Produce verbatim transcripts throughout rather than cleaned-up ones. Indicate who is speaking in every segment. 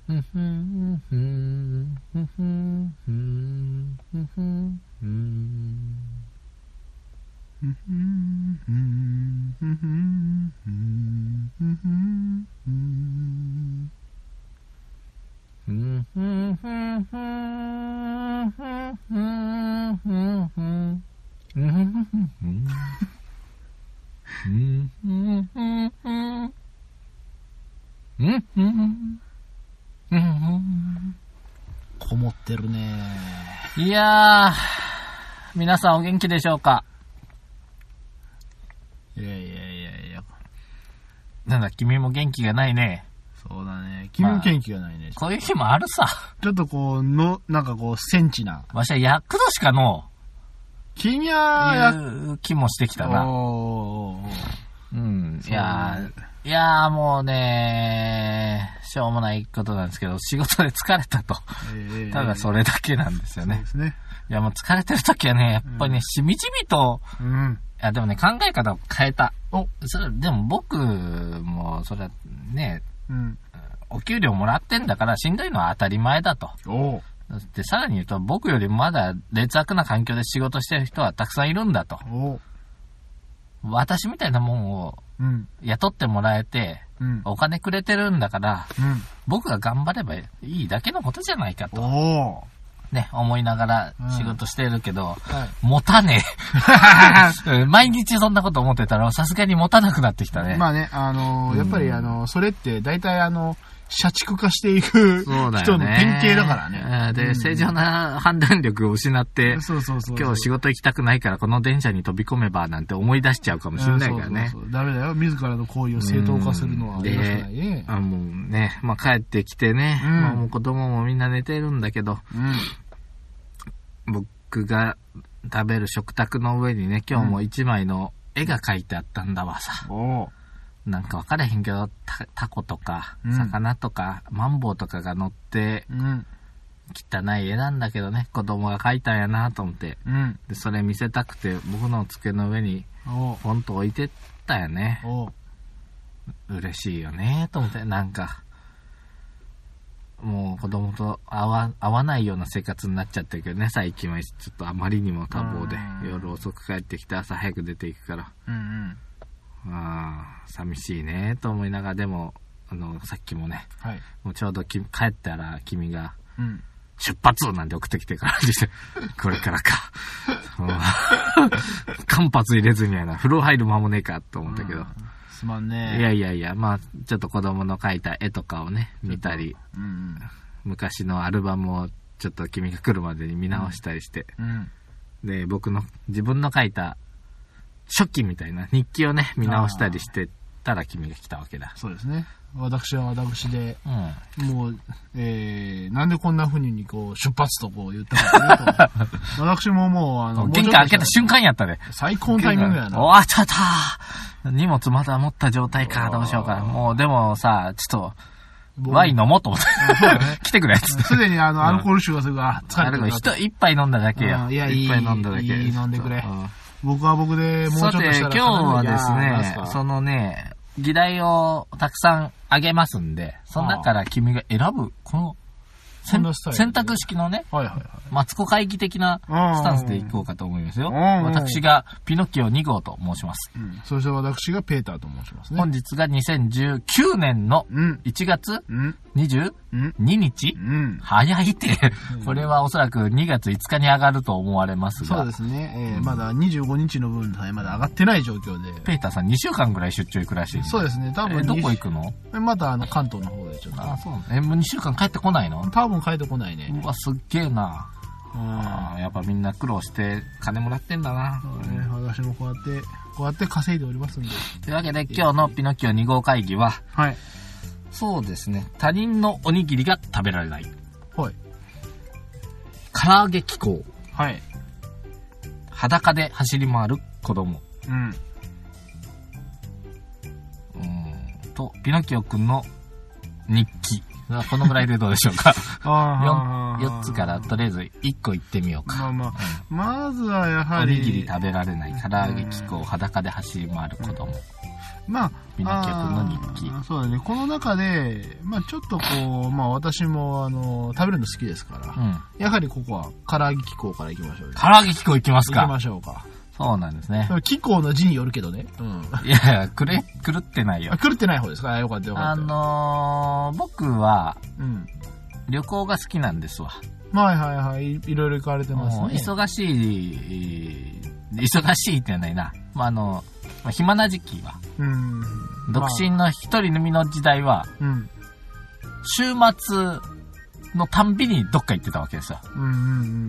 Speaker 1: こもってるね。
Speaker 2: いやー、皆さんお元気でしょうか。
Speaker 1: いやいやいやいや。
Speaker 2: なんだ、君も元気がないね。
Speaker 1: そうだね。君も元気がないね。
Speaker 2: まあ、こういう日もあるさ。
Speaker 1: ちょっとこう、の、なんかこう、センチな。
Speaker 2: わしは厄年かの。
Speaker 1: 君は、や、
Speaker 2: いう気もしてきたな。
Speaker 1: おー。
Speaker 2: うん。いやー、いやーもうねー、しょうもないことなんですけど、仕事で疲れたと。えー、ただそれだけなんですよね。そうですね。いやもう疲れてる時はね、やっぱりね、うん、しみじみと、うん、いやでもね、考え方を変えた。おそれでも僕も、それはね、うん、お給料もらってんだからしんどいのは当たり前だと。おで、さらに言うと、僕よりまだ劣悪な環境で仕事してる人はたくさんいるんだと。お私みたいなもんを雇ってもらえて、うん、お金くれてるんだから、うん、僕が頑張ればいいだけのことじゃないかと。おね、思いながら仕事してるけど、うんはい、持たねえ。毎日そんなこと思ってたら、さすがに持たなくなってきたね。
Speaker 1: まあね、あのー、やっぱりあのー、それって大体あのー、社畜化していく人の典型だからね。
Speaker 2: で、うん、正常な判断力を失って、そうそうそうそう今日仕事行きたくないからこの電車に飛び込めばなんて思い出しちゃうかもしれないからね。
Speaker 1: そうそうそうダメだよ。自らの行為を正当化するのはよろしくないね。
Speaker 2: あもうね、まあ帰ってきてね、うん、まあ、もう子供もみんな寝てるんだけど、うん、僕が食べる食卓の上にね、今日も一枚の絵が描いてあったんだわさ。うんおなんか分からへんけど、タ, タコとか、魚とか、うん、マンボウとかが乗って、うん、汚い絵なんだけどね、子供が描いたんやなと思って、うん、で、それ見せたくて、僕の机の上に、ポンと置いてったよね。嬉しいよねと思って、なんか、もう子供と会わ、会わないような生活になっちゃってるけどね、最近はちょっとあまりにも多忙で、夜遅く帰ってきて朝早く出ていくから。うんうんああ、寂しいねと思いながら、でも、あの、さっきもね、はい、もうちょうどき帰ったら君が、うん、出発なんて送ってきてからこれからか。間髪入れずにやな、風呂入る間もねえかと思ったけど。うん、
Speaker 1: すまんね。
Speaker 2: いやいやいや、まあ、ちょっと子供の描いた絵とかをね、見たり、うんうん、昔のアルバムをちょっと君が来るまでに見直したりして、うん、で、僕の、自分の描いた、初期みたいな日記をね見直したりしてたら君が来たわけだ。
Speaker 1: そうですね。私は私で、うん、もう、えー、なんでこんな風にこう出発とこう言ったかというと私ももうあの
Speaker 2: 玄関開けた瞬間やったで。
Speaker 1: 最高のタイミングやな。
Speaker 2: おわっちゃった荷物まだ持った状態かどうしようか。もうでもさちょっとワイン飲もうと思って、ね、来てくれっつって。
Speaker 1: すでにあのアルコール臭がするから疲れてる。
Speaker 2: 人一杯飲んだだけよ。
Speaker 1: いやいい一杯飲んだだけ。いい飲んでくれ。僕は僕でもうちょっとしたら。
Speaker 2: さて、今日はですね、そのね、議題をたくさんあげますんで、その中から君が選ぶ、この、選択式のね、はいはいはい、マツコ会議的なスタンスでいこうかと思いますよ。私がピノッキオに号と申します。
Speaker 1: うん、そして私がペーターと申しますね。
Speaker 2: 本日がにせんじゅうきゅうねんのいちがつにじゅうににち、うん、早いって、うん、これはおそらくにがついつかに上がると思われますが。
Speaker 1: そうですね。えーうん、まだにじゅうごにちの分さえまだ上がってない状況で。
Speaker 2: ペーターさんにしゅうかんぐらい出張行くらしい、ね。
Speaker 1: そうですね。多分。
Speaker 2: えー、どこ行くの？
Speaker 1: またあの関東の方でちょっと。
Speaker 2: あ、そうね。え、もうにしゅうかん帰ってこないの？
Speaker 1: 多分帰ってこないね。
Speaker 2: うわ、すっげえな。あやっぱみんな苦労して金もらってんだな。
Speaker 1: そうね。私もこうやって、こうやって稼いでおりますんで。
Speaker 2: というわけで今日のピノッキオに号会議は、はい。そうですね。他人のおにぎりが食べられない。はい。唐揚げ機構。はい。裸で走り回る子供。うん。うん。と、ピノッキオくんの日記。このぐらいでどうでしょうか。あ 4, よっつからとりあえずいっこ言ってみようか。まあまあ、
Speaker 1: うん、まずはやはり。
Speaker 2: おにぎり食べられない唐揚げ機構、裸で走り回る子供。
Speaker 1: まあ、
Speaker 2: 美濃局の日記。
Speaker 1: そうだね。この中で、まあちょっとこう、まあ私もあの、食べるの好きですから、うん、やはりここは、唐揚げ機構から行きましょうよ。
Speaker 2: 唐揚げ機構行きますか。
Speaker 1: 行きましょうか。
Speaker 2: そうなんですね。
Speaker 1: 機構の字によるけどね。うん。
Speaker 2: いやいや、くれ、狂ってないよ。
Speaker 1: 狂ってない方ですか。よかったよかった。
Speaker 2: あのー、僕は、うん、旅行が好きなんですわ。
Speaker 1: はいはいはい。いろいろ行かれてますね。
Speaker 2: 忙しい、忙しいってないな。まあ、あの、まあ、暇な時期は。うん。独身の一人のみの時代は、うん、週末のたんびにどっか行ってたわけですよ。うんうんうん、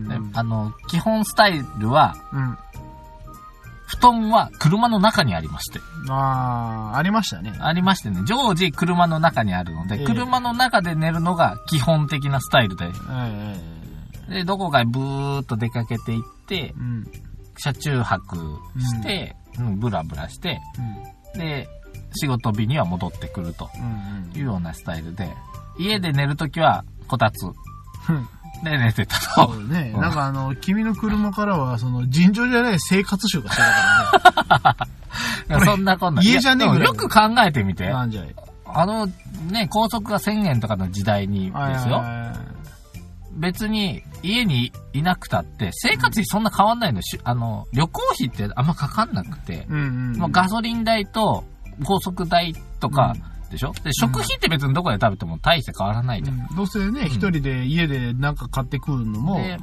Speaker 2: であの、基本スタイルは、うん、布団は車の中にありまして。
Speaker 1: ああ、ありましたね。
Speaker 2: ありましてね。常時車の中にあるので、えー、車の中で寝るのが基本的なスタイルで。えー、で、どこかへブーっと出かけていって、うん、車中泊して、うん、ブラブラして、うん、で、仕事日には戻ってくるというようなスタイルで、家で寝るときはこたつ。で、寝てたと。
Speaker 1: そうね。うん、なんかあの、君の車からは、その、尋常じゃない生活習がしてたから
Speaker 2: ね。そんなこんな。
Speaker 1: 家じゃねえぐらい。
Speaker 2: よく考えてみて。
Speaker 1: なんじゃい。
Speaker 2: あの、ね、高速がせんえんとかの時代にですよ。別に、家にいなくたって、生活費そんな変わんないの。うん、あの、旅行費ってあんまかかんなくて、うんうんうん、まあ、ガソリン代と高速代とか、うんでしょで、食費って別にどこで食べても大して変わらないじゃん。
Speaker 1: うん、どうせね、一、うん、人で家でなんか買って食うのも、うん、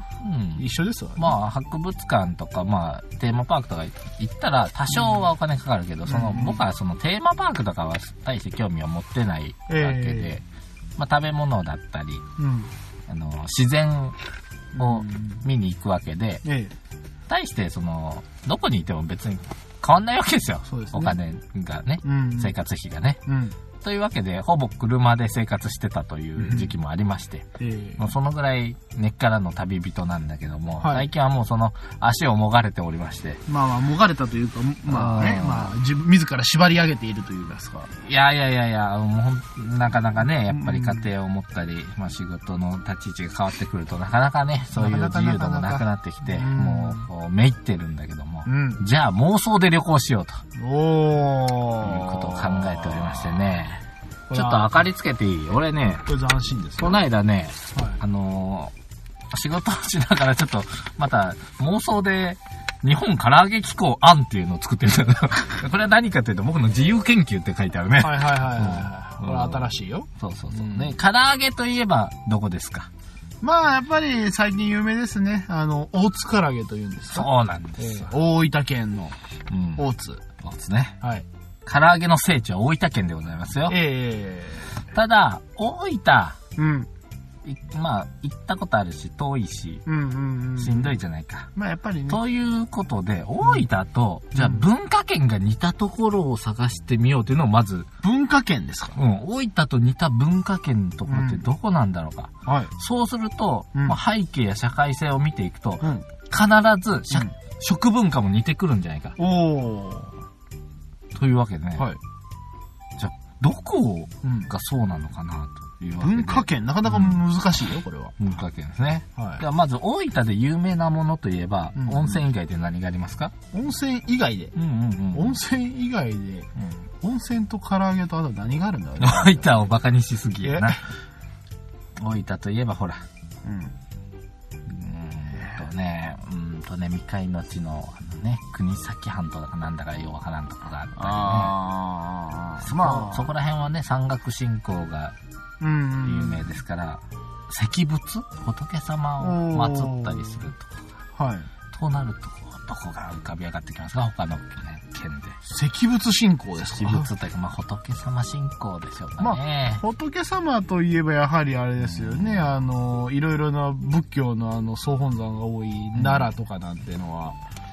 Speaker 1: 一緒ですわ、ね。
Speaker 2: まあ、博物館とか、まあ、テーマパークとか行ったら多少はお金かかるけど、うん、その、僕はそのテーマパークとかは大して興味を持ってないわけで、えー、まあ、食べ物だったり、うん、あの、自然を見に行くわけで、うんえー、対してその、どこにいても別に変わんないわけですよ。そうですね、お金がね、うん、生活費がね。うんというわけで、ほぼ車で生活してたという時期もありまして、うんえー、もうそのぐらい根っからの旅人なんだけども、はい、最近はもうその足をもがれておりまして。
Speaker 1: まあまあ、もがれたというか、まあね、まあ、自自ら縛り上げているというかですか。
Speaker 2: いやいやいやいや、もうほん、なかなかね、やっぱり家庭を持ったり、うん、まあ仕事の立ち位置が変わってくると、なかなかね、そういう自由度もなくなってきて、もう、こう、めいってるんだけども、うん、じゃあ妄想で旅行しようと。おー。いうことを考えておりましてね。ちょっと明かりつけていい？俺ね、
Speaker 1: これ斬新ですよ。
Speaker 2: この間ね、はい、あのー、仕事をしながらちょっと、また妄想で、日本唐揚げ機構案っていうのを作ってみたの。これは何かというと僕の自由研究って書いてあるね。
Speaker 1: はいはいはいはい。うん、これは新しいよ。
Speaker 2: そうそうそう。うん、ね、唐揚げといえばどこですか？
Speaker 1: まあやっぱり最近有名ですね。あの、大津唐揚げというんですか？
Speaker 2: そうなんですよ。
Speaker 1: えー、大分県の大津。うん、
Speaker 2: 大津ね。はい。唐揚げの聖地は大分県でございますよ。ええー。ただ、大分、うん。まあ、行ったことあるし、遠いし、うんうんうん、しんどいじゃないか。
Speaker 1: まあやっぱりね。
Speaker 2: ということで、大分と、うん、じゃあ文化圏が似たところを探してみようというのをまず。
Speaker 1: 文化圏ですか？
Speaker 2: うん。大分と似た文化圏のところってどこなんだろうか。うん、はい。そうすると、うん、まあ、背景や社会性を見ていくと、うん、必ず、うん、食文化も似てくるんじゃないか。おー。というわけでね。はい。じゃあ、どこがそうなのかなというわけで。
Speaker 1: 文化圏、なかなか難しいよ、うん、これは。
Speaker 2: 文化圏ですね。はい。では、まず、大分で有名なものといえば、うんうん、温泉以外で何がありますか？
Speaker 1: 温泉以外で。うんうんうん。温泉以外で、うん、温泉と唐揚げとあと何があるんだろうね。
Speaker 2: 大分をバカにしすぎやな。大分といえば、ほら。うん。うーんとね、うんとね、未開の地の、ね、国東半島だかなんだかようわからんとこがあったりね。あそこ、まあ、そこら辺はね、山岳信仰が有名ですから、石仏仏様を祀ったりすると。はい。となると、どこが浮かび上がってきますか？他の、ね、県で。
Speaker 1: 石仏信仰ですか？
Speaker 2: 石仏というか、まあ、仏様信仰でしょうかね。まあ、
Speaker 1: 仏様といえばやはりあれですよね。うん、あの、いろいろな仏教のあの、総本山が多い奈良とかなんていうのは、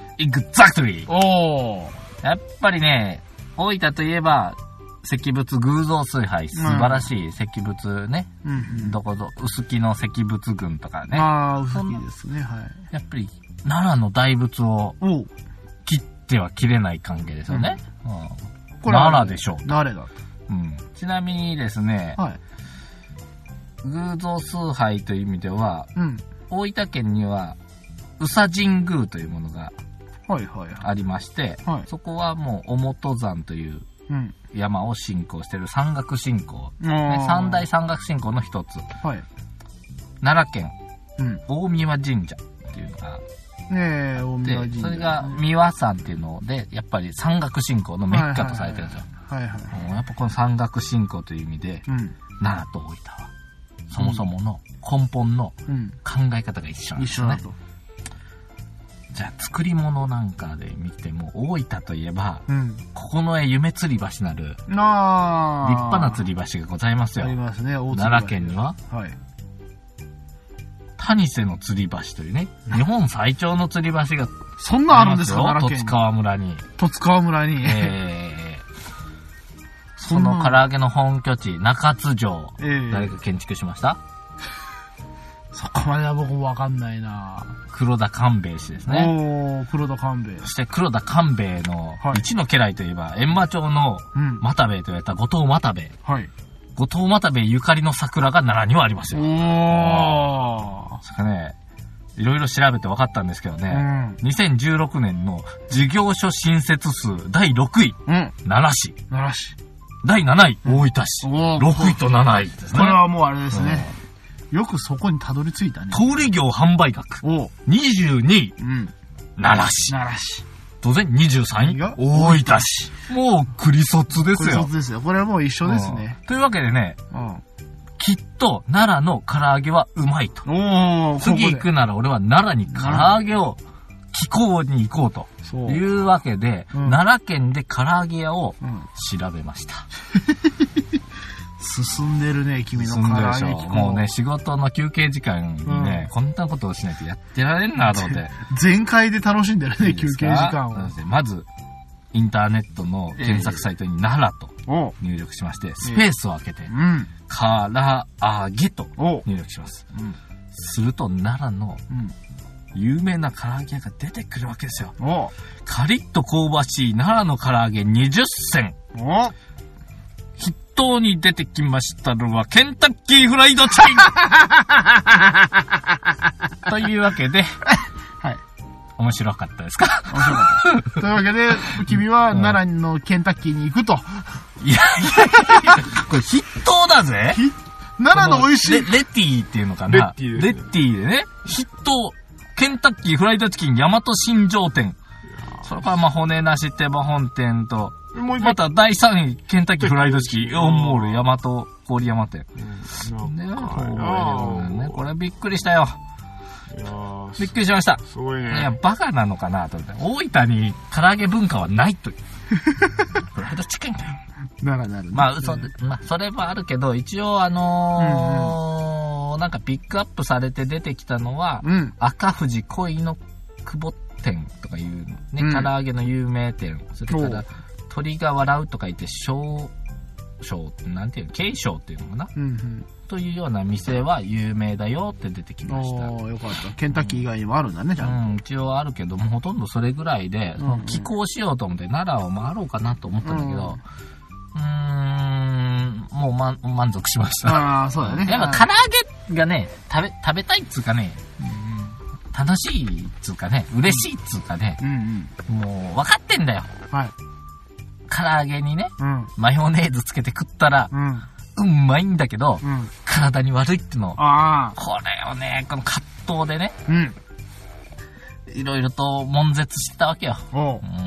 Speaker 2: Exactly! おー。やっぱりね、大分といえば、石仏偶像崇拝、素晴らしい石仏ね。うんうん、どこぞ、臼杵の石仏群とかね。
Speaker 1: ああ、臼杵ですね、はい。
Speaker 2: やっぱり、奈良の大仏を切っては切れない関係ですよね。うんうん、これ奈良でしょう。
Speaker 1: 奈良だと。
Speaker 2: うん。ちなみにですね、はい、偶像崇拝という意味では、うん、大分県には、宇佐神宮というものが、はいはいはい、ありまして、はい、そこはもう、おもと山という山を信仰している山岳信仰、ね、三大山岳信仰の一つ、はい、奈良県、うん、大神神社っていうのが
Speaker 1: ねえ、大神神社、
Speaker 2: それが三輪山っていうのでやっぱり山岳信仰のメッカとされてるんですよ。はいはいはい、やっぱこの山岳信仰という意味で、うん、奈良と大分はそもそもの根本の考え方が一緒なんですね。うん、一緒だと。じゃあ作り物なんかで見ても大分といえば、うん、九重夢吊り橋なる立派な吊り橋がございますよ。
Speaker 1: ありますね。大
Speaker 2: 奈良県には、はい、谷瀬の吊り橋というね、日本最長の吊り橋が
Speaker 1: そんなあるんですか、奈良県に。
Speaker 2: 十津川村に。
Speaker 1: 十津川村に。
Speaker 2: えー、その唐揚げの本拠地、中津城、えー、誰が建築しました？
Speaker 1: そこまでは僕もわかんないな。
Speaker 2: 黒田官兵衛氏ですね。
Speaker 1: おー、黒田官兵衛。
Speaker 2: そして黒田官兵衛の一の家来といえば、閻魔町の又兵衛と言われた後藤又兵衛。はい。後藤又兵衛ゆかりの桜が奈良にはありますよ。おー。それかね、いろいろ調べて分かったんですけどね、うん、にせんじゅうろくねんの事業所新設数だいろくい、うん、奈良市。
Speaker 1: 奈良市。
Speaker 2: だいなない、大分市。ろくいとなないですね。
Speaker 1: これはもうあれですね。うん、よくそこにたどり着いたね。
Speaker 2: 小売業販売額。にじゅうにい、うん、奈良市。
Speaker 1: 奈良市。
Speaker 2: 当然にじゅうさんい、大分市。もう、クリ卒ですよ。クリ
Speaker 1: 卒ですよ。これはもう一緒ですね。
Speaker 2: うん、というわけでね、うんきっと奈良の唐揚げはうまいと。お次行くなら俺は奈良に唐揚げを寄港に行こうというわけで、うん、奈良県で唐揚げ屋を調べました。
Speaker 1: 進んでるね、君の唐揚げ寄港。
Speaker 2: もうね、仕事の休憩時間にね、うん、こんなことをしないとやってられんなと思って。
Speaker 1: 全開で楽しんでるね、休憩時間を。
Speaker 2: まず、インターネットの検索サイトに奈良と入力しまして、スペースを開けて、うん唐揚げと入力します。うん、すると奈良の有名な唐揚げが出てくるわけですよ。カリッと香ばしい奈良の唐揚げにじゅっせん。筆頭に出てきましたのはケンタッキーフライドチキンというわけで、はい、面白かったですか？面白か
Speaker 1: った。というわけで、君は奈良のケンタッキーに行くと。
Speaker 2: いやいやいや、これ筆頭だぜ。
Speaker 1: 奈良の美味しい。
Speaker 2: レ、レティっていうのかな。レッティで、ね。レッティでね。筆頭。ケンタッキーフライドチキン大和新庄店。それからまあ骨なし手羽本店と、まただいさんいケンタッキーフライドチキンイオンモール大和郡山店。ね、ね、これびっくりしたよ。いやびっくりしました。
Speaker 1: すごいね。
Speaker 2: いや、バカなのかなと思って。大分に唐揚げ文化はないという。フライドチキンだよ。
Speaker 1: ならなる。
Speaker 2: まあ、嘘で、まあ、それはあるけど、一応あのーうんうん、なんかピックアップされて出てきたのは、うん、赤富士恋の久保店とかいうね、うん、唐揚げの有名店。それから、鳥が笑うとか言って、小、小、なんていうの、慶章っていうのかな、うんうん、というような店は有名だよって出てきました。
Speaker 1: おー、よかった。ケンタッキー以外にもあるんだね、ちゃんと。
Speaker 2: うん、一応あるけども、ほとんどそれぐらいで、うんうん、寄港しようと思って奈良を回ろうかなと思ったんだけど、うん、うーんもう、ま、満足しました。
Speaker 1: ああ、そうだね。
Speaker 2: やっぱ唐揚げがね、食べ、食べたいっつうかね、うん、楽しいっつうかね、嬉しいっつうかね、うんうん、もう分かってんだよ。はい。唐揚げにね、うん、マヨネーズつけて食ったら、うん、うまいんだけど、うん、体に悪いっての。あこれをね、この葛藤でね、うん、いろいろと悶絶してたわけよ。おう、うん、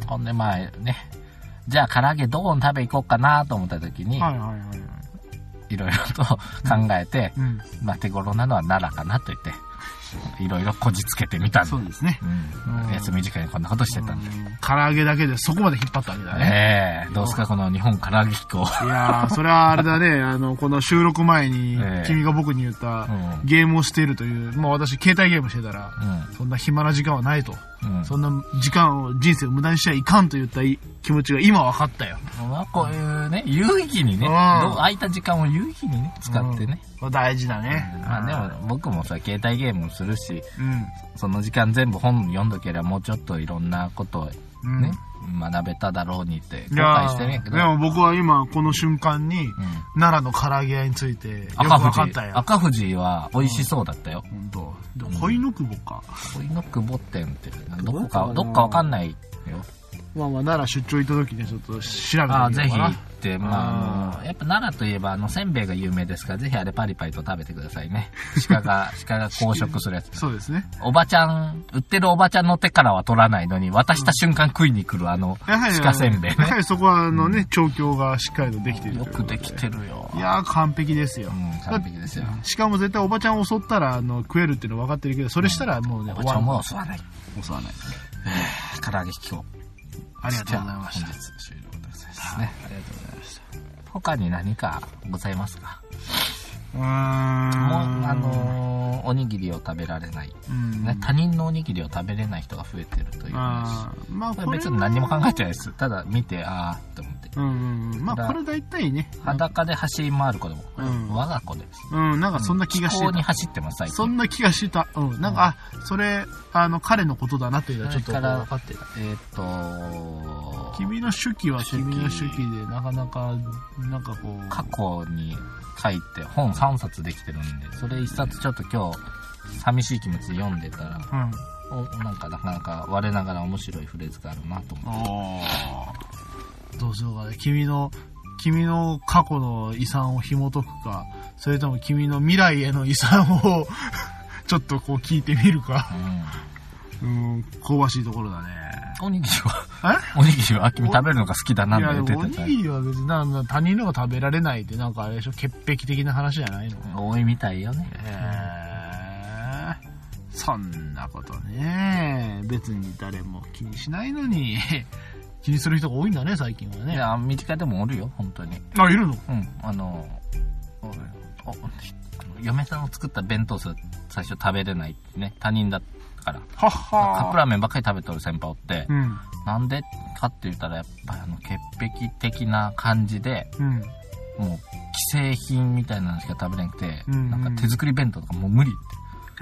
Speaker 2: ほんでまあね、じゃあ唐揚げどこに食べ行こうかなと思った時に、はいはいはいはい、いろいろと考えて、うん、まあ手頃なのは奈良かなと言って、いろいろこじつけてみたんで。
Speaker 1: そうですね。
Speaker 2: うん。休み時間にこんなことしてたんで。
Speaker 1: 唐揚げだけでそこまで引っ張ったわけだ
Speaker 2: ね。ええー、どうすかこの日本唐揚げ機構。
Speaker 1: いやー、それはあれだね、あの、この収録前に、君が僕に言った、ゲームをしているという、もう私携帯ゲームしてたら、うん、そんな暇な時間はないと。うん、そんな時間を、人生を無駄にしちゃいかんと言った気持ちが今分かったよ。
Speaker 2: まあ、こういうね、有意義にね、空いた時間を有意義にね、使ってね。
Speaker 1: うん、大事だね。
Speaker 2: うん、まあでも、僕もさ、携帯ゲームするし、うん、その時間全部本読んどければもうちょっといろんなことをね、うん、学べただろうにって後悔してね。
Speaker 1: でも僕は今この瞬間に、うん、奈良の唐揚げ屋についてよく分かったよ。
Speaker 2: 赤富士は美味しそうだったよ。
Speaker 1: 本当。恋の久保か。
Speaker 2: 恋の久保店ってどこかどっか分かんないよ。
Speaker 1: まあまあ、奈良出張行った時にちょっと調べてみようかな。
Speaker 2: あ、ぜひ行って、まあ、あの、やっぱ奈良といえば、あの、せんべいが有名ですから、ぜひあれパリパリと食べてくださいね。鹿が、鹿が公食するやつ。
Speaker 1: そうですね。
Speaker 2: おばちゃん、売ってるおばちゃんの手からは取らないのに、渡した瞬間食いに来るあの、鹿せんべいね。
Speaker 1: やはりそこはあのね、調教がしっかりとできてる。
Speaker 2: よくできてるよ。
Speaker 1: いやー、完璧ですよ。
Speaker 2: うん、完璧ですよ。
Speaker 1: しかも絶対おばちゃんを襲ったら、あの、食えるっていうの分かってるけど、それしたらもうね、
Speaker 2: おばちゃんも襲わない。
Speaker 1: 襲わない。
Speaker 2: えー、唐揚げ引きを。
Speaker 1: ありがとうございました。
Speaker 2: 本日終了ですね。ありがとうございました。他に何かございますか？
Speaker 1: うーん。
Speaker 2: もう、あのー、おにぎりを食べられない、うんね。他人のおにぎりを食べれない人が増えてるという話。まあ、これ別に何も考えてないです。ただ見て、あーって思って。
Speaker 1: うんうん。まあ、これ大体ね。
Speaker 2: 裸で走り回る子でも、うん、我が子です。
Speaker 1: うん、なんかそんな気がしてた。
Speaker 2: 気候に走ってます、最近。
Speaker 1: そんな気がした。うん。なんか、うん、あ、それ、あの、彼のことだなっていうのはちょっと分かってた。
Speaker 2: えーっと、
Speaker 1: 君の手記は君の手記で、なかなか、なんかこう。
Speaker 2: 過去に書いて、本さんさつできてるんで、それいっさつちょっと今日、寂しい気持ちで読んでたら、うん、おなんかなかなか我ながら面白いフレーズがあるなと思って。
Speaker 1: どうしようかね。君の、君の過去の遺産を紐解くか、それとも君の未来への遺産をちょっとこう聞いてみるか。うん、うん香ばしいところだね。
Speaker 2: おにぎりはおにぎりは君食べるのが好きだなって言ってた。
Speaker 1: おにぎりは別になん他人のが食べられないってなんかあれでしょ、潔癖的な話じゃないの？
Speaker 2: 多いみたいよね。
Speaker 1: えー、そんなことね。別に誰も気にしないのに気にする人が多いんだね、最近はね。
Speaker 2: いや、身近でもおるよ、本当に。
Speaker 1: あ、いるの？
Speaker 2: うん、あの、おお嫁さんの作った弁当最初食べれないね、他人だったから。
Speaker 1: はは
Speaker 2: カップラーメンばっかり食べとる先輩おって、
Speaker 1: うん、
Speaker 2: なんでかって言ったらやっぱりあの潔癖的な感じで、うん、もう既製品みたいなのしか食べれなくて、うんうん、なんか手作り弁当とかもう無理って。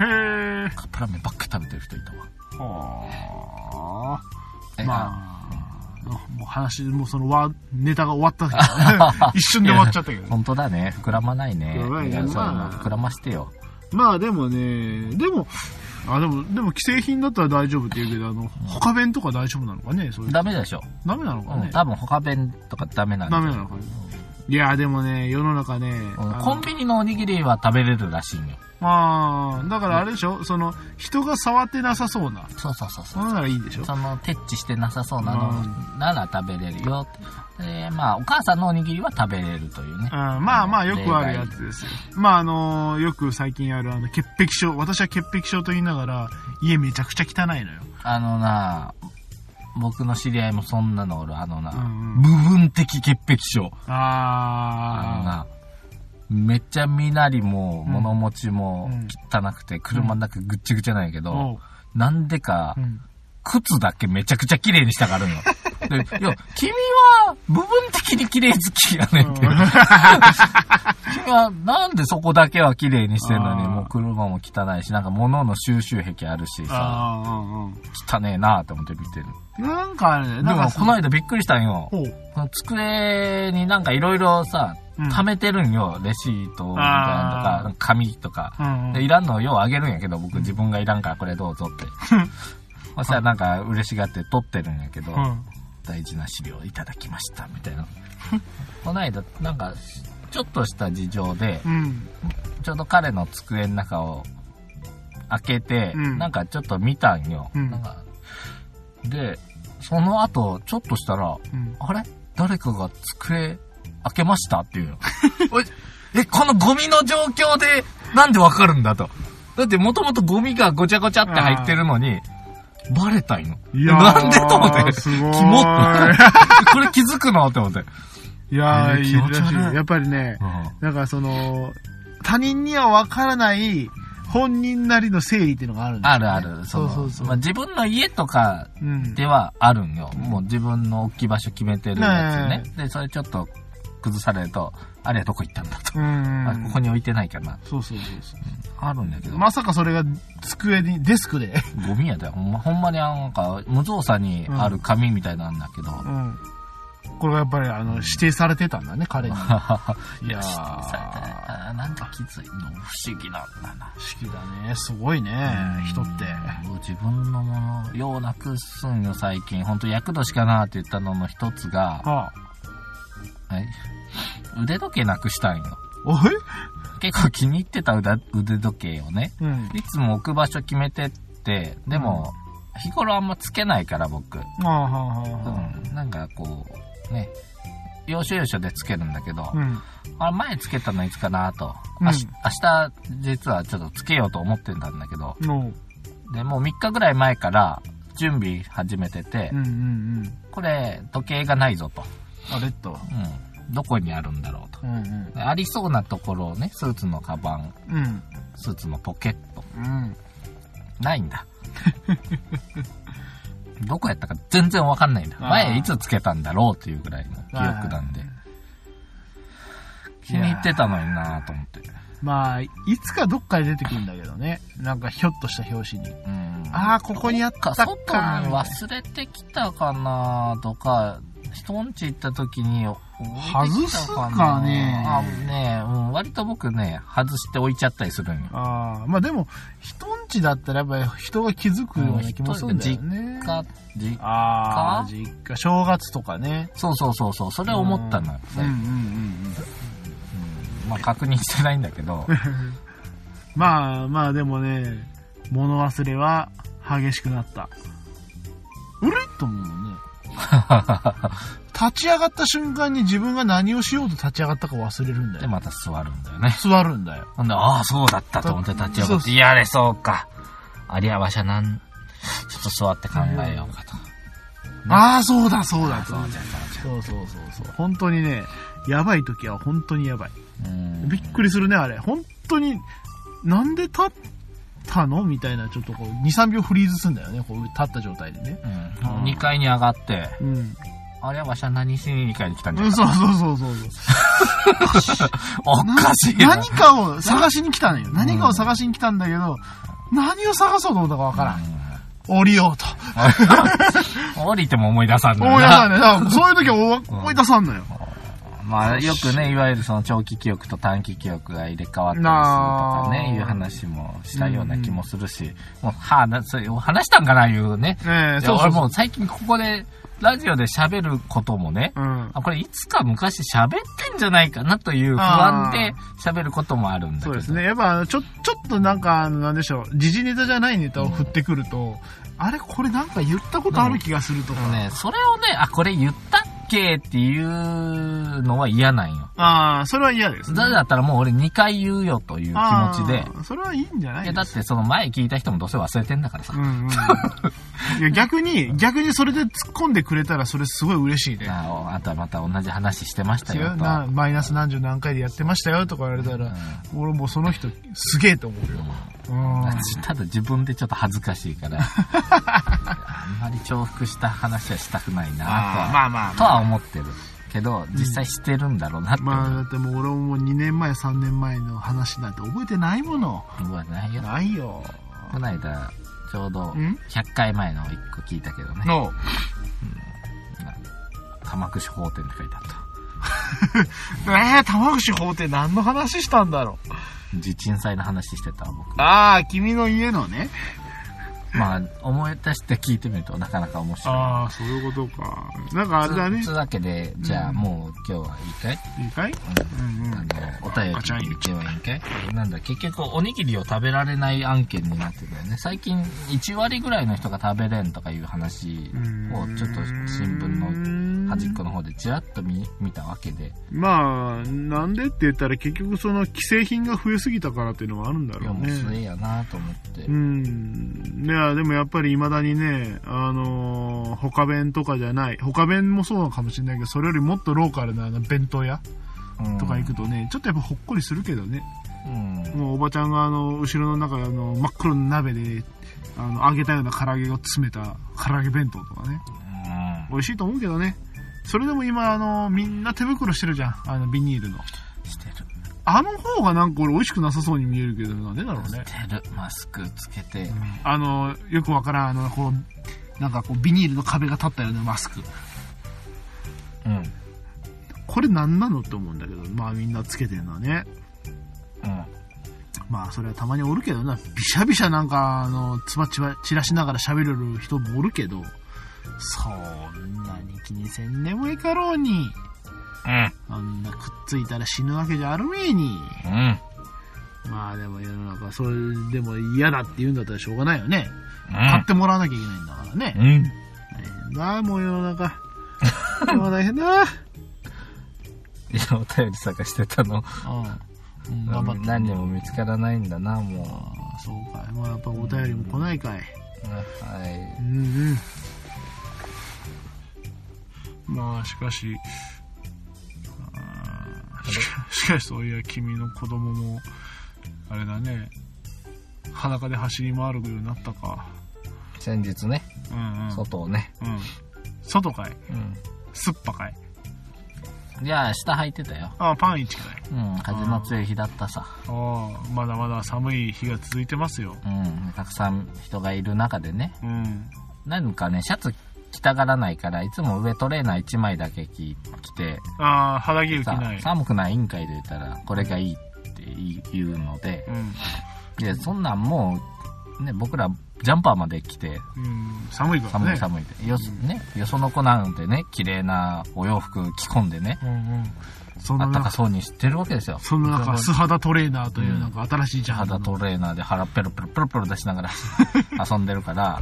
Speaker 1: へー。
Speaker 2: カップラーメンばっかり食べてる人いたわ。
Speaker 1: はあ。まあ。もう話、もうそのワネタが終わったけど一瞬で終わっちゃったけど。
Speaker 2: 本当だね。膨らまないね。いや、そう、まあ、膨らましてよ。
Speaker 1: まあでもね、でも、あ、でも、でも既製品だったら大丈夫って言うけど、あの、他弁とか大丈夫なのかね、そういう。
Speaker 2: ダメでしょ。
Speaker 1: ダメなのかね。
Speaker 2: うん、多分他弁とかダメなん
Speaker 1: だ。ダメなのかね。いや、でもね、世の中ね、
Speaker 2: うん、コンビニのおにぎりは食べれるらしいよ。
Speaker 1: ああ、だからあれでしょ、その、人が触ってなさそうな。
Speaker 2: そうそうそうそう。
Speaker 1: そならいいんでしょ。
Speaker 2: その、テッチしてなさそうなのなら食べれるよ。で、まあ、お母さんのおにぎりは食べれるというね。
Speaker 1: うん、まあまあ、よくあるやつですよ。まあ、あのー、よく最近ある、あの、潔癖症。私は潔癖症と言いながら、家めちゃくちゃ汚いのよ。
Speaker 2: あのな、僕の知り合いもそんなのおる、あのな、うんうん、部分的潔癖症。
Speaker 1: ああ。
Speaker 2: あのな、めっちゃ身なりも物持ちも汚くて、車の中ぐっちゃぐちゃなんやけど、うん、なんでか、うん、靴だけめちゃくちゃ綺麗にしたがるの。で、いや、君は部分的に綺麗好きやねんって。うん、君はなんでそこだけは綺麗にしてんのに、もう車も汚いし、なんか物の収集癖あるしさ、汚ねえなって思って見てる。
Speaker 1: なんかあれね、
Speaker 2: でもこの間びっくりしたんよ。机になんかいろいろさ、貯めてるんよ。レシートみたいなのとか、紙とか。うんうん、でいらんのをようあげるんやけど、僕自分がいらんからこれどうぞって。そしたらなんか嬉しがって取ってるんやけど、うん、大事な資料いただきましたみたいな。この間なんかちょっとした事情で、うん、ちょうど彼の机の中を開けて、うん、なんかちょっと見たんよ。うん、なんかで、その後ちょっとしたら、うん、あれ誰かが机開けましたっていうの。え、このゴミの状況でなんでわかるんだと。だってもともとゴミがごちゃごちゃって入ってるのに、バレたいの。いやなんでと思って。
Speaker 1: すごい。
Speaker 2: キモって。これ気づくのって思って。
Speaker 1: いやー、いいらしい。やっぱりね、うん、なんかその、他人にはわからない本人なりの整理っていうのがあるんだよね。
Speaker 2: あるある。そうそうそう。まあ、自分の家とかではあるんよ。うん、もう自分の置き場所決めてるやつね。ねで、それちょっと崩されると、あれはどこ行ったんだと。うんあここに置いてないかな。
Speaker 1: そうそうそうそう。
Speaker 2: あるんだけど。
Speaker 1: まさかそれが机に、デスクで。
Speaker 2: ゴミやだよ。ほんま、ほんまになんか、無造作にある紙みたいなんだけど、うん、
Speaker 1: これがやっぱりあの指定されてたんだね、彼に。いや
Speaker 2: ー、指定されてた。なんか気づいの不思議なんだな。
Speaker 1: 不思議だね。すごいね、人って。
Speaker 2: 自分のもの、ようなくすんよ、最近。ほんと、厄年かなって言ったのの一つが、はあ、はい、腕時計なくしたんよ。
Speaker 1: おい
Speaker 2: 結構気に入ってた腕時計をね、うん、いつも置く場所決めてって、でも、うん、日頃あんまつけないから僕。
Speaker 1: はあはあは
Speaker 2: あ、うん、なんかこう、ね、要所要所でつけるんだけど、うん、あれ前つけたのいつかなと、うん、明日実はちょっとつけようと思ってたんだけど、うん、でもうみっかぐらい前から準備始めてて、うんうんうん、これ時計がないぞと。
Speaker 1: あれと、
Speaker 2: うん、どこにあるんだろうと、うんうん、ありそうなところをね、スーツのカバン、うん、スーツのポケット、うん、ないんだ。どこやったか全然わかんないんだ。前いつつけたんだろうっていうぐらいの記憶なんで。気に入ってたのになぁと思って。
Speaker 1: まあ、いつかどっかで出てくるんだけどね。なんかひょっとした表紙に。うん、ああ、ここにあったか。
Speaker 2: 外に忘れてきたかなとか、人んち行った時に
Speaker 1: 外すかね。
Speaker 2: あね、うん、割と僕ね、外して置いちゃったりするんよ。
Speaker 1: ああ、まあでも、人んちだったらやっぱり人が気づくような気もするんだよね。
Speaker 2: 実家、実家
Speaker 1: ああ、実家、正月とかね。
Speaker 2: そうそうそうそう、それ思ったのよ。うんうんうんうん。まあ確認してないんだけど。
Speaker 1: まあまあでもね、物忘れは激しくなった。うれっと思うね。立ち上がった瞬間に自分が何をしようと立ち上がったか忘れるんだよ。
Speaker 2: で、また座るんだよね。
Speaker 1: 座るんだよ。
Speaker 2: ほんで、ああ、そうだったと思って立ち上がって、いやれ、そうか。ありゃわしゃなん、ちょっと座って考えようかと。ね、
Speaker 1: ああ、そうだ、そうだ、そうじゃそうそうそうそう。本当にね、やばい時は本当にやばい。びっくりするね、あれ。本当に、なんで立ったのみたいな、ちょっとこう、に、さんびょうフリーズすんだよね、こう、立った状態でね。
Speaker 2: うん、にかいに上がって、うん、あれはわしは何しににかいに来たんじゃない
Speaker 1: か。そうそうそうそう。
Speaker 2: おかしいな。
Speaker 1: 何かを探しに来たのよ。何かを探しに来たんだけど、何を探そうと思ったかわからん。うん、降りようと。
Speaker 2: 降りても思い出さんのよ。
Speaker 1: 思い出さんのよ。そういう時は思い出さんのよ。
Speaker 2: まあ、よくね、いわゆるその長期記憶と短期記憶が入れ替わったりするとかね、いう話もしたような気もするし、うん、もう、はぁ、それ話したんかな、いうね。えー、そうそうそう。俺もう最近ここで、ラジオで喋ることもね、うん、あこれいつか昔喋ってんじゃないかなという不安で喋ることもあるんだけど。
Speaker 1: そうですね。やっぱ、ちょ、ちょっとなんか、なんでしょう、時事ネタじゃないネタを振ってくると、うん、あれこれなんか言ったことある気がするとか。
Speaker 2: ね、それをね、あ、これ言ったっけっていうのは嫌なんよ。
Speaker 1: ああ、それは嫌ですね。
Speaker 2: だったらもう俺にかい言うよという気持ちで。
Speaker 1: それはいいんじゃないですか。いや、
Speaker 2: だってその前聞いた人もどうせ忘れてんだからさ。うんうん、
Speaker 1: いや逆に、逆にそれで突っ込んでくれたらそれすごい嬉しいね。
Speaker 2: ああとはまた同じ話してましたよと。
Speaker 1: なマイナス何十何回でやってましたよとか言われたら、うん、俺もうその人すげえと思うよ。うん、
Speaker 2: ただ自分でちょっと恥ずかしいから、あんまり重複した話はしたくないなとは、まあまあまあ、とは思ってる。けど、実際してるんだろうなって、うん。ま
Speaker 1: あ、だってもう俺ももうにねんまえ、さんねんまえの話なんて覚えてないもの。
Speaker 2: 覚えてないよ。
Speaker 1: ないよ。
Speaker 2: この間、ちょうど、ひゃっかいまえのいっこ聞いたけどね。の、うん、玉串法典って書いてあ
Speaker 1: った。えー、玉串法典何の話したんだろ
Speaker 2: う。地震災の話してた僕。
Speaker 1: ああ、君の家のね。
Speaker 2: まあ、思い出して聞いてみるとなかなか面白い。
Speaker 1: ああ、そういうことか。なんかあれだね。
Speaker 2: つうわけで、じゃあもう今日はいいかい
Speaker 1: いいかい、うんうんうん、あの、
Speaker 2: お便り言ってはいいかいなんだ、結局おにぎりを食べられない案件になってたよね。最近いちわりぐらいの人が食べれんとかいう話をちょっと新聞の端っこの方でちらっと 見, 見たわけで。
Speaker 1: まあ、なんでって言ったら結局その既製品が増えすぎたからっていうのはあるんだろうね。
Speaker 2: いや、もうそれやなと思って。
Speaker 1: うん。いや、でもやっぱり未だにね、あのー、他弁とかじゃない。他弁もそうかもしれないけど、それよりもっとローカルなあの弁当屋とか行くとね、うん、ちょっとやっぱほっこりするけどね。うん、もうおばちゃんがあの、後ろの中あの、真っ黒の鍋で、あの、揚げたような唐揚げを詰めた唐揚げ弁当とかね。うん、美味しいと思うけどね。それでも今あの、みんな手袋してるじゃん。あの、ビニールの。
Speaker 2: してる。
Speaker 1: あの方がなんか俺美味しくなさそうに見えるけど、なんでだろうね。
Speaker 2: してる。マスクつけて。うん、
Speaker 1: あの、よくわからん、あの、こう、なんかこう、ビニールの壁が立ったようなマスク。 うん。これ何なのって思うんだけど、まあみんなつけてるのはね。うん。まあそれはたまにおるけどな、びしゃびしゃなんか、あの、つばちば散らしながら喋れる人もおるけど、そんなに気にせんでもいいかろうに。うん。あんなくっついたら死ぬわけじゃあるめえに。うん。まあでも世の中、それでも嫌だって言うんだったらしょうがないよね。うん、買ってもらわなきゃいけないんだからね。うん。大変だ、もう世の中。もう大変だ。いや、
Speaker 2: お便り探してたの。うん。頑張って。何にも見つからないんだな、もう。
Speaker 1: ああ、そうかい。まあやっぱお便りも来ないかい。
Speaker 2: うん、はい。
Speaker 1: うんうん。まあしかし、あしかしかしそういや君の子供も、あれだね、裸で走り回るようになったか。
Speaker 2: 先日ね、うんうん、外をね、
Speaker 1: うん、外かい、うん、すっぱかい。
Speaker 2: いや、下履いてたよ。
Speaker 1: ああ、パンイチかい。
Speaker 2: うん、風の強い日だったさ。
Speaker 1: ああ、まだまだ寒い日が続いてますよ。
Speaker 2: うん、たくさん人がいる中でね、うん、なんかね、シャツ着たがらないから、いつも上トレーナーいちまいだけ着て、
Speaker 1: ああ、肌着着ない。
Speaker 2: 寒くないんかいで言ったら、これがいいって言うので、うん、で、そんなんもう、ね、僕らジャンパーまで着て、
Speaker 1: うん、寒いからね。
Speaker 2: 寒い寒い。よそ、ね、よその子なんてね、綺麗なお洋服着込んでね、うんうん、そんなあったかそうにしてるわけですよ。
Speaker 1: そのなんか素肌トレーナーというなんか新しい
Speaker 2: ジャンパー。素肌トレーナーで腹ペロペロペロペロ出しながら遊んでるから、はい、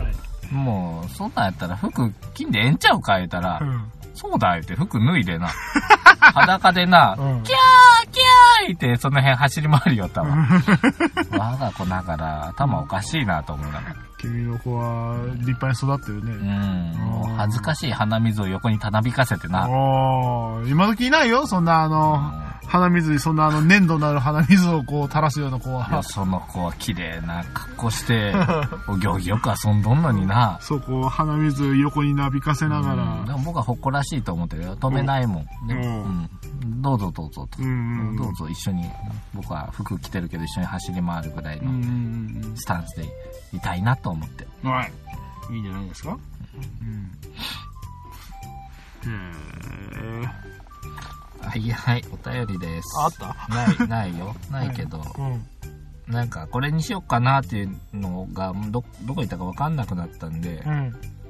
Speaker 2: もう、そんなんやったら服着んでええんちゃうか言ったら、うん、そうだ言って服脱いでな、裸でな、うん、キャーキャーってその辺走り回りよったわ。我が子ながら頭おかしいなと思うながら。
Speaker 1: 君の子は立派に育ってるね。
Speaker 2: うん。もう恥ずかしい鼻水を横にたなびかせてな。
Speaker 1: おー、今時いないよ、そんなあの、うん、鼻水にそんなあの粘土のある鼻水をこう垂らすような子は。
Speaker 2: いや、その子は綺麗な格好して、お行儀よく遊んどんのにな。
Speaker 1: そう、こう鼻水横になびかせながら。
Speaker 2: うん、でも僕は誇らしいと思ってるよ。止めないもん。うん。うん、どうぞどうぞと、うんうんうん。どうぞ一緒に、僕は服着てるけど一緒に走り回るぐらいのスタンスでいたいなと思って。
Speaker 1: はい。いいんじゃないですか。うん。へ
Speaker 2: ー。はいはい、お便りです。
Speaker 1: あった？
Speaker 2: ない、ないよ。ないけど、うん、なんかこれにしよっかなっていうのが、ど、どこ行ったか分かんなくなったんで、うん、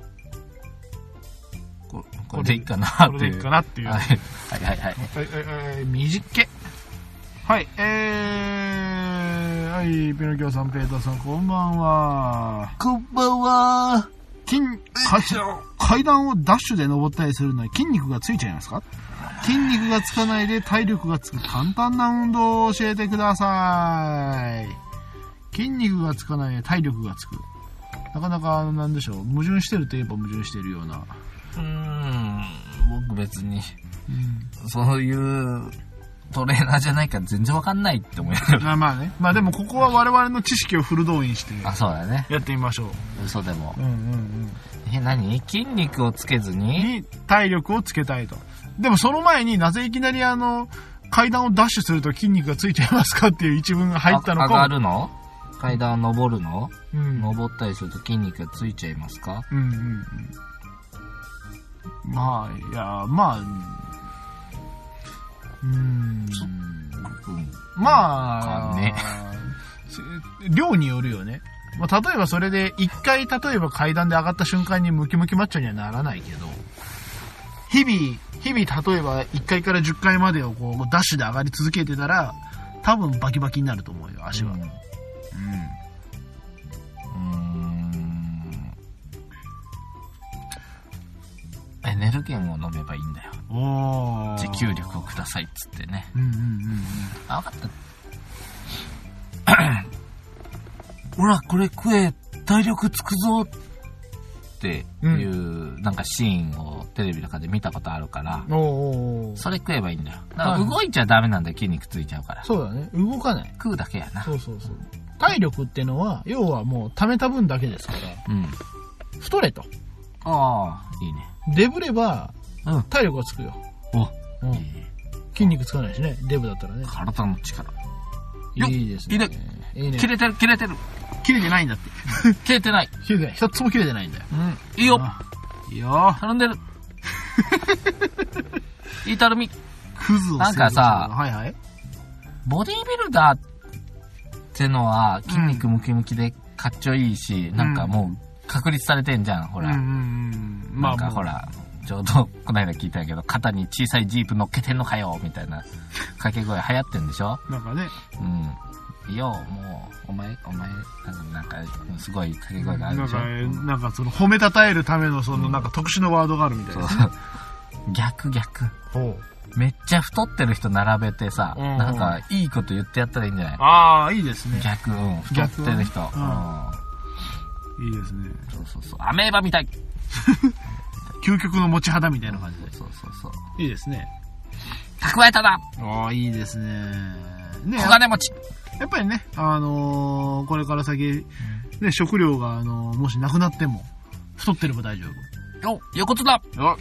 Speaker 2: こ, これでいいかなっていう。これでいいかなっていう。はい、はいはいはい。
Speaker 1: はいはいはい、短っ。はい、えー、はい、ピノキオさん、ペーターさん、こんばんは。
Speaker 2: こんばんは。
Speaker 1: 筋、階段をダッシュで登ったりするのに筋肉がついちゃいますか？筋肉がつかないで体力がつく簡単な運動を教えてください。筋肉がつかないで体力がつく。なかなか、なんでしょう、矛盾してるといえば矛盾してるような。
Speaker 2: うーん、僕別に、うん、そういうトレーナーじゃないから全然わかんないって思いながら。
Speaker 1: まあね。まあでもここは我々の知識をフル動員して。
Speaker 2: あ、そうだね。
Speaker 1: やってみましょう。
Speaker 2: 嘘でも。うんうんうん。え、何？筋肉をつけずに？に
Speaker 1: 体力をつけたいと。でもその前になぜいきなりあの、階段をダッシュすると筋肉がついちゃいますかっていう一文が入ったのか。
Speaker 2: 上がるの？階段を登るの？うん。登ったりすると筋肉がついちゃいますか？うんうんうん。
Speaker 1: まあ、いや、まあ、うーん。まあ、ね、量によるよね。まあ、例えばそれで、一回、例えば階段で上がった瞬間にムキムキマッチョにはならないけど、日々、日々、例えばいっかいからじゅっかいまでをこう、ダッシュで上がり続けてたら、多分バキバキになると思うよ、足は。うん。うん。
Speaker 2: エネルゲンを飲めばいいんだよ。おー。持久力をくださいっつってね。うんうんうんうん。あ、分かった。ほら、これ食え、体力つくぞっていう、うん、なんかシーンをテレビとかで見たことあるから、おー。それ食えばいいんだよ。だから動いちゃダメなんだよ、筋肉ついちゃうから。
Speaker 1: そうだね。動かない。
Speaker 2: 食うだけやな。
Speaker 1: そうそうそう。体力ってのは、要はもう溜めた分だけですから、うん。太れと。
Speaker 2: ああ、いいね。
Speaker 1: デブれば、うん、体力がつくよ。お、うん、いい筋肉つかないしね、デブだったらね。
Speaker 2: 体の力。
Speaker 1: いいですね。
Speaker 2: いいね。いいね。切れてる、切れてる。
Speaker 1: 切れてないんだって。
Speaker 2: 切れてない。
Speaker 1: 切れてない。一つも切れてないんだよ。
Speaker 2: うん。いいよ。
Speaker 1: いいよ。
Speaker 2: 頼んでる。 イータルミ。
Speaker 1: クズを
Speaker 2: なんかさ、
Speaker 1: はいはい。
Speaker 2: ボディービルダーってのは筋肉ムキムキでかっちょいいし、うん、なんかもう確立されてんじゃん、ほら。うんうんうん、なんかほら、ちょうどこの間聞いたけど、肩に小さいジープ乗っけてんのかよみたいな掛け声流行ってんでしょ。
Speaker 1: なんかね。
Speaker 2: うん。いいよ、もう、お前、お前、なんか、すごい掛け声があるでしょ。
Speaker 1: なんか、なんかその褒めたたえるためのそのなんか特殊なワードがあるみたいな、ね。そうそう。
Speaker 2: 逆逆。ほう。めっちゃ太ってる人並べてさ、うん、なんかいいこと言ってやったらいいんじゃない？
Speaker 1: ああ、いいですね。
Speaker 2: 逆、うん。太ってる人。うん
Speaker 1: うん、いいですね。
Speaker 2: そうそうそう。アメーバみたい。
Speaker 1: 究極の持ち肌みたいな感じで。
Speaker 2: そうそうそう。
Speaker 1: いいですね。
Speaker 2: 蓄えただ。
Speaker 1: ああ、いいですね。ね、
Speaker 2: 小金持ち。
Speaker 1: やっぱりね、あのー、これから先、ね、食料が、あのー、もしなくなっても、太ってれば大丈
Speaker 2: 夫。お、横綱。よ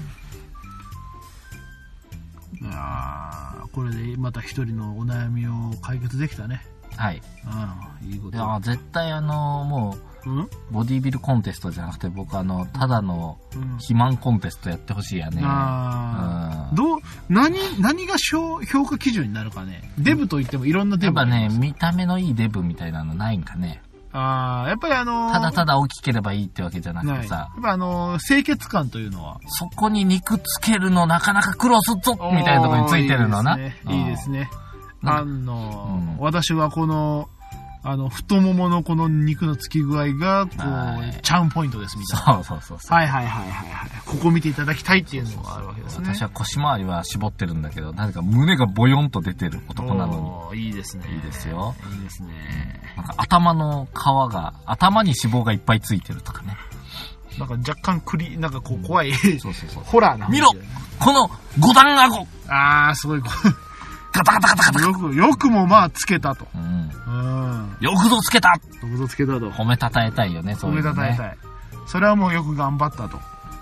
Speaker 1: いやー、これでまた一人のお悩みを解決できたね。
Speaker 2: はい。
Speaker 1: うん、いいこと。
Speaker 2: いや、絶対あのー、もう、うん、ボディビルコンテストじゃなくて、僕あの、ただの肥満コンテストやってほしいやね。うん、
Speaker 1: あー、どう、何、何が評価基準になるかね。デブといってもいろんなデブが
Speaker 2: やっぱね、見た目のいいデブみたいなのないんかね。
Speaker 1: ああ、やっぱりあのー、
Speaker 2: ただただ大きければいいってわけじゃなくてさ。
Speaker 1: やっぱあのー、清潔感というのは。
Speaker 2: そこに肉つけるのなかなか苦労すっぞみたいなところについてるのな。
Speaker 1: いいですね。あのーうん、私はこの、あの、太もものこの肉のつき具合が、こう、チャームポイントですみたいな。
Speaker 2: そうそうそう。
Speaker 1: はいはいはいはいはい。ここ見ていただきたいっていうのがあるわけですね。
Speaker 2: 私は腰回りは絞ってるんだけど、なぜか胸がボヨンと出てる男なの
Speaker 1: に。いいですね。
Speaker 2: いいですよ。
Speaker 1: いいですね。
Speaker 2: なんか頭の皮が、頭に脂肪がいっぱいついてるとかね。
Speaker 1: なんか若干クリ、なんかこう怖い。そうそうそう。ホラーな。
Speaker 2: 見ろこの五段顎。
Speaker 1: あー、すごい。
Speaker 2: ガタガタガタガタ。
Speaker 1: よく、よくもまあつけたと。
Speaker 2: うん。うん。よくぞつけた。
Speaker 1: よくぞつけたと。
Speaker 2: 褒めたたえたいよね、そういうのね。
Speaker 1: 褒めたたえたい。それはもうよく頑張ったと。うん。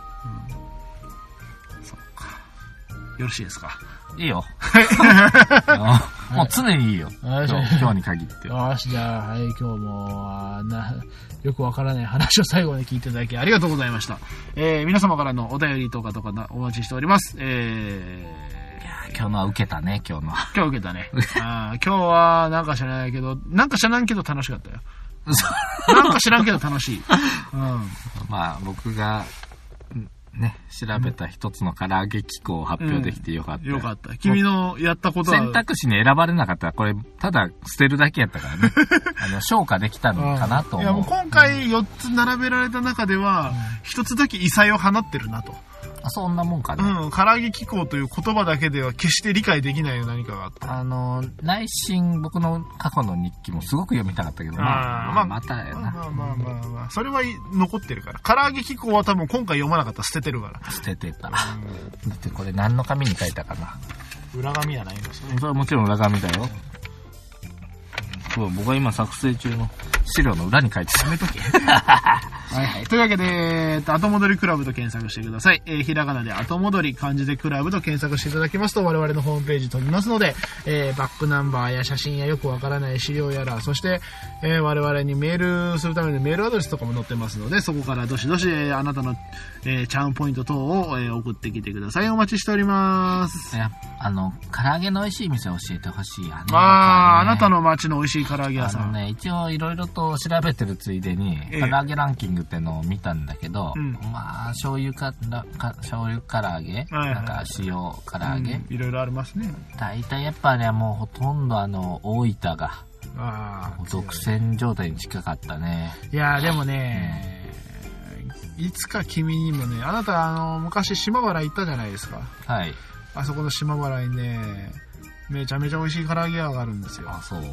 Speaker 1: そっか。よろしいですか。
Speaker 2: いいよ。もう常にいいよ。今日、今日に限って。
Speaker 1: よし、じゃあ、はい、今日も、な、よくわからない話を最後まで聞いていただきありがとうございました。えー、皆様からのお便りとかとかお待ちしております。えー、
Speaker 2: 今日のは受けたね、今日のは。
Speaker 1: 今日受けたね。あ今日はなんか知らないけど、なんか知らんけど楽しかったよ。なんか知らんけど楽しい。
Speaker 2: うん、まあ僕が、ね、調べた一つの唐揚げ機構を発表できてよかった、うん。
Speaker 1: よかった。君のやったことは。
Speaker 2: 選択肢に選ばれなかったら、これ、ただ捨てるだけやったからね。あの、消化できたのかなと思う。いや、もう
Speaker 1: 今回よっつ並べられた中では、一、うん、つだけ異彩を放ってるなと。
Speaker 2: あ、そんなもんかね。
Speaker 1: うん、唐揚げ機構という言葉だけでは決して理解できない何かがあった。
Speaker 2: あの、内心、僕の過去の日記もすごく読みたかったけど、まあ、まあ、またやな。
Speaker 1: まあまあまあまあまあ、それは残ってるから。唐揚げ機構は多分今回読まなかったら捨ててるから。
Speaker 2: 捨ててた。だってこれ何の紙に書いたかな。
Speaker 1: 裏紙やないのそ
Speaker 2: れ。それはもちろん裏紙だよ。そう、僕は今作成中の資料の裏に書いてた。
Speaker 1: やめとけ。はいはい。というわけで、えー、後戻りクラブと検索してください。えー、ひらがなで後戻り、漢字でクラブと検索していただきますと、我々のホームページ飛びますので、えー、バックナンバーや写真やよくわからない資料やら、そして、えー、我々にメールするためのメールアドレスとかも載ってますので、そこからどしどし、えー、あなたの、えー、チャームポイント等を、えー、送ってきてください。お待ちしております。
Speaker 2: いや、あの、唐揚げの美味しい店教えてほしいやね。
Speaker 1: ああ、あなたの街の美味しい唐揚げ屋さん。
Speaker 2: あのね、一応いろいろと調べてるついでに、えー、唐揚げランキングってのを見たんだけど、うん、まあ、醤油か、か醤油唐揚げ、はいはい、なんか塩唐揚げ、うん、
Speaker 1: いろいろありますね。
Speaker 2: 大体やっぱり、ね、もうほとんどあの、大分が、あ独占状態に近かったね。
Speaker 1: いやでもね、うん、いつか君にもね、あなたあの、昔島原行ったじゃないですか。
Speaker 2: はい。
Speaker 1: あそこの島原にね、めちゃめちゃ美味しい唐揚げ屋があるんですよ。
Speaker 2: あ、そう？うん。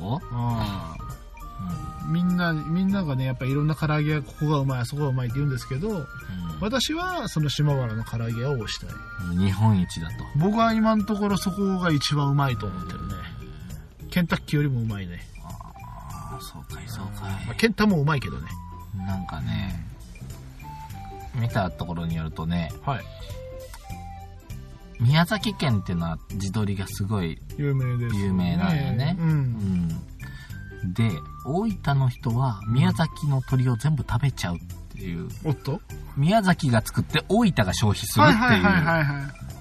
Speaker 1: うん、みんな、みんながね、やっぱいろんな唐揚げ屋、ここがうまい、あそこがうまいって言うんですけど、うん、私はその島原の唐揚げ屋を推したい。
Speaker 2: 日本一だと。
Speaker 1: 僕は今のところそこが一番うまいと思ってるね。ケンタッキーよりもうまいね。
Speaker 2: ああ、そうかい、そうかい。
Speaker 1: まあ、ケンタもうまいけどね。
Speaker 2: なんかね、見たところによるとね、
Speaker 1: はい。
Speaker 2: 宮崎県っていうのは地鶏がすごい
Speaker 1: 有名です、
Speaker 2: 有名なんよね。うん、うん。で、大分の人は宮崎の鶏を全部食べちゃうっていう。
Speaker 1: おっと？
Speaker 2: 宮崎が作って大分が消費するっていう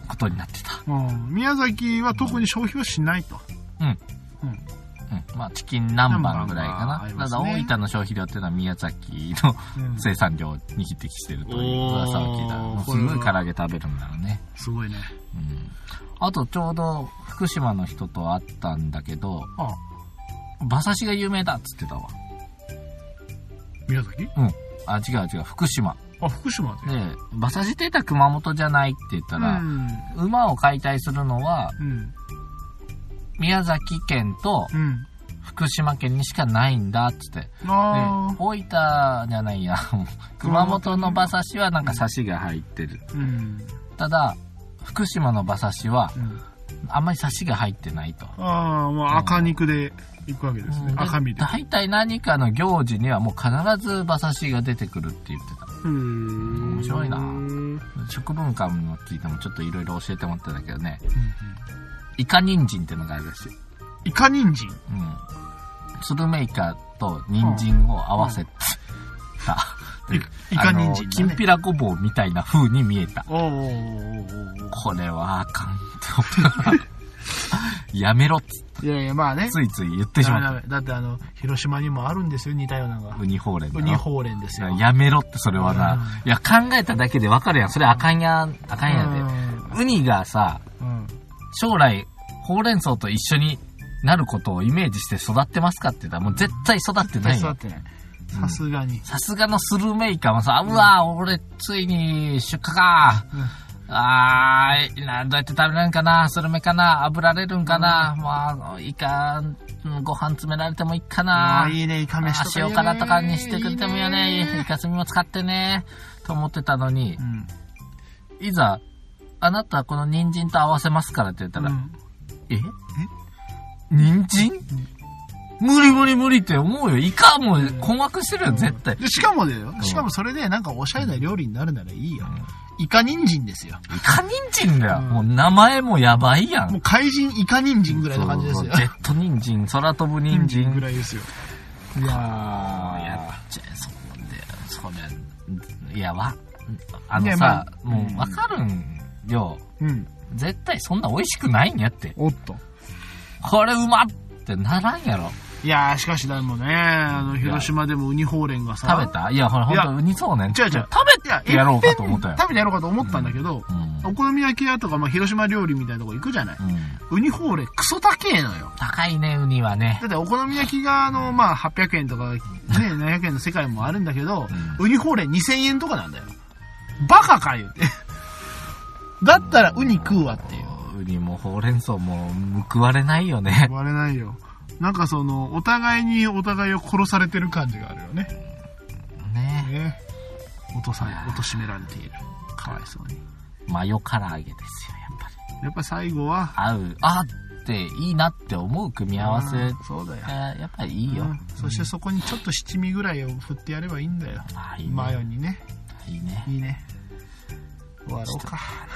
Speaker 2: ことになってた。
Speaker 1: うん、宮崎は特に消費はしないと。
Speaker 2: うん。うん。うん。まあ、チキン南蛮ぐらいかな。ね、ただ、大分の消費量っていうのは宮崎の、うん、生産量に匹敵してるという噂を聞いた。もうすごい唐揚げ食べるんだろうね。
Speaker 1: すごいね。
Speaker 2: うん。あと、ちょうど、福島の人と会ったんだけど、ああ馬刺しが有名だっつってたわ。
Speaker 1: 宮崎？
Speaker 2: うん。あ、違う違う、福島。
Speaker 1: あ、福島で。
Speaker 2: で、馬刺しって言ったら熊本じゃないって言ったら、うん、馬を解体するのは、うん、宮崎県と福島県にしかないんだっつって。うん、で、大分じゃないや、熊本の馬刺しはなんか刺しが入ってる。うん、ただ、福島の馬刺しは、うん、あんまり刺しが入ってないと。
Speaker 1: ああ、もう赤肉でいくわけですね。うん、赤身で。
Speaker 2: 大体何かの行事にはもう必ず馬刺しが出てくるって言ってた。うーん。面白いな。食文化も聞いてもちょっといろいろ教えてもらったんだけどね。うんうん、イカ人参ってのがあるらしい。
Speaker 1: イカ人参？うん。
Speaker 2: スルメイカと人参を合わせてた。
Speaker 1: うんうん、イカ人参、ね。
Speaker 2: きんぴらごぼうみたいな風に見えた。おーおーおーおー、これはあかんって思った。やめろっつって。
Speaker 1: いやいや、まあね。
Speaker 2: ついつい言ってしまった。
Speaker 1: だってあの、広島にもあるんですよ、似たようなのが。
Speaker 2: ウニほうれんだ。
Speaker 1: ウニほうれんですよ。
Speaker 2: やめろってそれはな。いや、考えただけでわかるやん。それあかんや、あかんやで。ウニがさ、うん、将来、ほうれん草と一緒になることをイメージして育ってますかって言ったら、もう絶対育ってないよ。
Speaker 1: 育ってない。さすがに。
Speaker 2: さすがのスルメイカもさ、うわぁ、俺、ついに出荷か。うんあー、な、どうやって食べられるんかな、スルメかな、炙られるんかな、うん、まあ、イカ、ご飯詰められてもいいかな。
Speaker 1: いいね、イカ飯とか、ね。
Speaker 2: 塩辛とかにしてくれてもいいよね。いいねイカスミも使ってね。と思ってたのに、うん、いざ、あなたこの人参と合わせますからって言ったら、うん、ええ人参、うん、無理無理無理って思うよ。イカも困惑してるよ、絶対。
Speaker 1: でしかもだよ。しかもそれでなんかおしゃれな料理になるならいいよ。うんイカ人参ですよ。
Speaker 2: イカ人参だよ、うん。もう名前もやばいやん。
Speaker 1: もう怪人イカ人参ぐらいの感じですよ。
Speaker 2: そうそうジェット人参、空飛ぶ人参
Speaker 1: ぐらいですよ。いやー、
Speaker 2: やっちゃえ、そうで、それ、いや、わ、あのさ、まあ、もうわかるんよ。うん。絶対そんな美味しくないんやって。
Speaker 1: おっと。
Speaker 2: これうまってならんやろ。
Speaker 1: いやー、しかしでもね、あの、広島でもウニほうれんがさ。
Speaker 2: 食べたいや、ほら、ほんとウニそうねん。
Speaker 1: 違う違う。食
Speaker 2: べてやろうかと思ったよ。
Speaker 1: 食べてやろうかと思ったんだけど、うん、お好み焼き屋とか、まあ、広島料理みたいなとこ行くじゃない。うん、ウニほうれんクソ高えのよ。
Speaker 2: 高いね、ウニはね。
Speaker 1: だってお好み焼きが、あの、まあ、はっぴゃくえんとか、ね、ななひゃくえんの世界もあるんだけど、うん、ウニほうれんにせんえんとかなんだよ。バカか言うて。だったらウニ食うわっていう。
Speaker 2: ウニもほうれん草も食われないよね。
Speaker 1: 食われないよ。なんかその、お互いにお互いを殺されてる感じがあるよね。
Speaker 2: ねえ。
Speaker 1: ね落とされ、落としめられている。かわいそうに。
Speaker 2: マヨ唐揚げですよ、やっぱり。
Speaker 1: やっぱ最後は。
Speaker 2: 合う。あっていいなって思う組み合わせ。
Speaker 1: そうだよ。
Speaker 2: やっぱりいいよ、うん。
Speaker 1: そしてそこにちょっと七味ぐらいを振ってやればいいんだよ。ああいいね、マヨにね。
Speaker 2: いいね。
Speaker 1: いいね。終わろうか。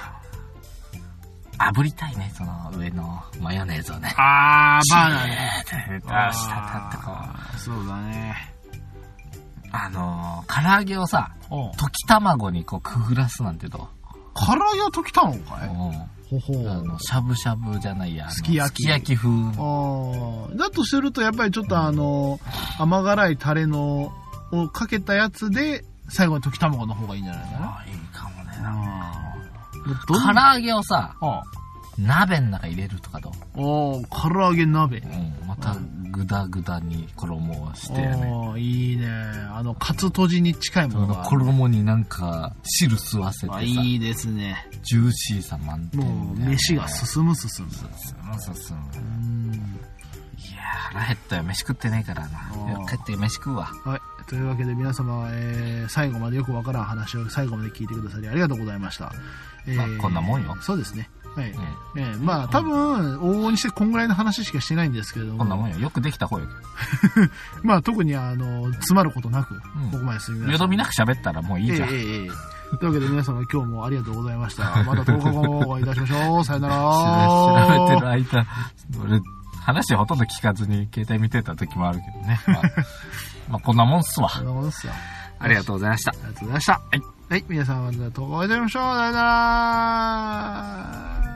Speaker 2: 炙りたいね、その上のマヨネーズをね。
Speaker 1: あー、バーナーね。
Speaker 2: 出したってこ
Speaker 1: う。そうだね。
Speaker 2: あのー、唐揚げをさ、溶き卵にこうくぐらすなんてどう？
Speaker 1: 唐揚げを溶き卵かい？
Speaker 2: ほほあの、しゃぶしゃぶじゃないや。
Speaker 1: すき焼き。
Speaker 2: すき焼き風。
Speaker 1: あだとすると、やっぱりちょっとあの、甘辛いタレの、をかけたやつで、最後に溶き卵の方がいいんじゃないかな。
Speaker 2: ああ、いいかもね。唐揚げをさ、ああ鍋の中入れるとかどう？
Speaker 1: おー、唐揚げ鍋。う
Speaker 2: ん、またグダグダに衣をしてね。
Speaker 1: ああ、いいね。あの、カツとじに近いものが。
Speaker 2: 衣になんか汁吸わせてさ。
Speaker 1: いいですね。
Speaker 2: ジューシーさ満点、ね。
Speaker 1: もう、飯が進む進む。進
Speaker 2: む進む。うんいやー、腹減ったよ。飯食ってねえからな。帰って飯食うわ。
Speaker 1: はい。というわけで皆様、えー、最後までよくわからん話を最後まで聞いてくださりありがとうございました。
Speaker 2: えー、まあ、こんなもんよ。
Speaker 1: そうですね。はい。うんえー、まあ、多分、往々にしてこんぐらいの話しかしてないんですけれども。
Speaker 2: こんなもんよ。よくできた方よ。
Speaker 1: まあ、特に、あの、詰まることなく、うん、ここまで進みました。
Speaker 2: よどみなく喋ったらもういいじゃん。えー、えー、え
Speaker 1: ー、というわけで皆様今日もありがとうございました。またとおかごお会いいたしましょう。さよなら。
Speaker 2: 調べてる間、俺、話ほとんど聞かずに携帯見てた時もあるけどね。まあ、まあ、こんなもんっすわ。
Speaker 1: こんなもんっすわ。
Speaker 2: ありがとうございました。
Speaker 1: ありがとうございました。
Speaker 2: はい。
Speaker 1: はい、皆さんまた投稿いただきましょう。さよなら。